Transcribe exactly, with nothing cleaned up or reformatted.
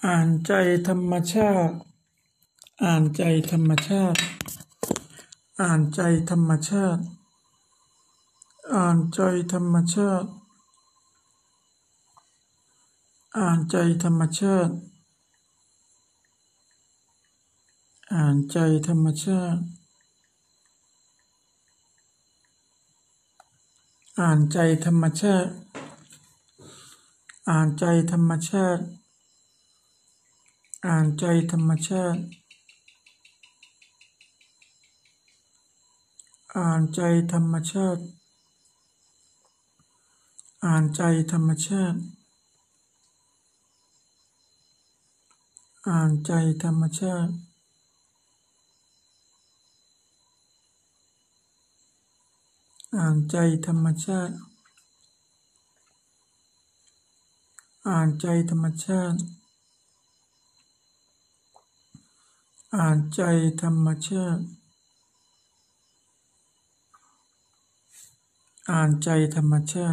อ่านใจธรรมชาติอ่านใจธรรมชาติอ่านใจธรรมชาติอ่านใจธรรมชาติอ่านใจธรรมชาติอ่านใจธรรมชาติอ่านใจธรรมชาติอ่านใจธรรมชาติอ่านใจธรรมชาติอ่านใจธรรมชาติอ่านใจธรรมชาติอ่านใจธรรมชาติอ่านใจธรรมชาติอ่านใจธรรมชาติอ่านใจธรรมชาติอ่านใจธรรมชาติ